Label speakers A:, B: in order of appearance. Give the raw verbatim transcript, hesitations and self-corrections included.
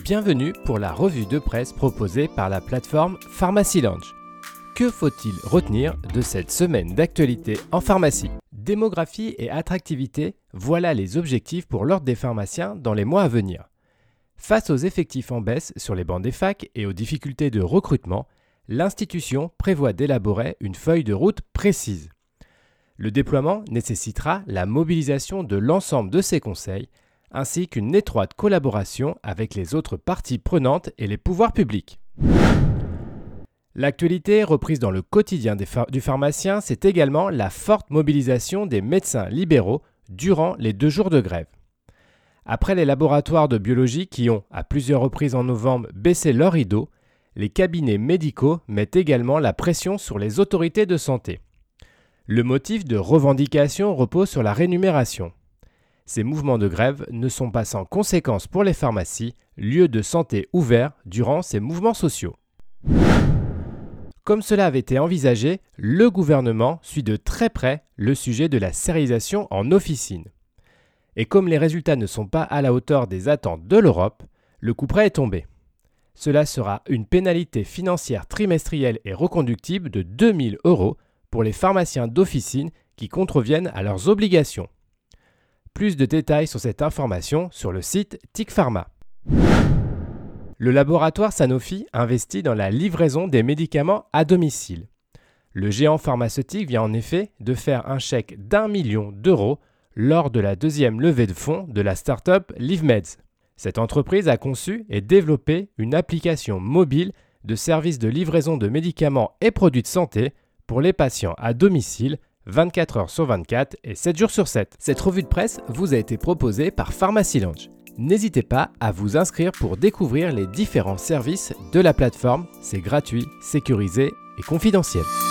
A: Bienvenue pour la revue de presse proposée par la plateforme Pharmacy Lounge. Que faut-il retenir de cette semaine d'actualité en pharmacie ? Démographie et attractivité, voilà les objectifs pour l'Ordre des pharmaciens dans les mois à venir. Face aux effectifs en baisse sur les bancs des facs et aux difficultés de recrutement, l'institution prévoit d'élaborer une feuille de route précise. Le déploiement nécessitera la mobilisation de l'ensemble de ses conseils, ainsi qu'une étroite collaboration avec les autres parties prenantes et les pouvoirs publics. L'actualité reprise dans le quotidien des ph- du pharmacien, c'est également la forte mobilisation des médecins libéraux durant les deux jours de grève. Après les laboratoires de biologie qui ont, à plusieurs reprises en novembre, baissé leur rideau, les cabinets médicaux mettent également la pression sur les autorités de santé. Le motif de revendication repose sur la rémunération. Ces mouvements de grève ne sont pas sans conséquences pour les pharmacies, lieux de santé ouverts durant ces mouvements sociaux. Comme cela avait été envisagé, le gouvernement suit de très près le sujet de la stérilisation en officine. Et comme les résultats ne sont pas à la hauteur des attentes de l'Europe, le couperet est tombé. Cela sera une pénalité financière trimestrielle et reconductible de deux mille euros pour les pharmaciens d'officine qui contreviennent à leurs obligations. Plus de détails sur cette information sur le site Tic Pharma. Le laboratoire Sanofi investit dans la livraison des médicaments à domicile. Le géant pharmaceutique vient en effet de faire un chèque d'un million d'euros lors de la deuxième levée de fonds de la start-up LiveMeds. Cette entreprise a conçu et développé une application mobile de service de livraison de médicaments et produits de santé pour les patients à domicile vingt-quatre heures sur vingt-quatre et sept jours sur sept. Cette revue de presse vous a été proposée par Pharmacy Lounge. N'hésitez pas à vous inscrire pour découvrir les différents services de la plateforme. C'est gratuit, sécurisé et confidentiel.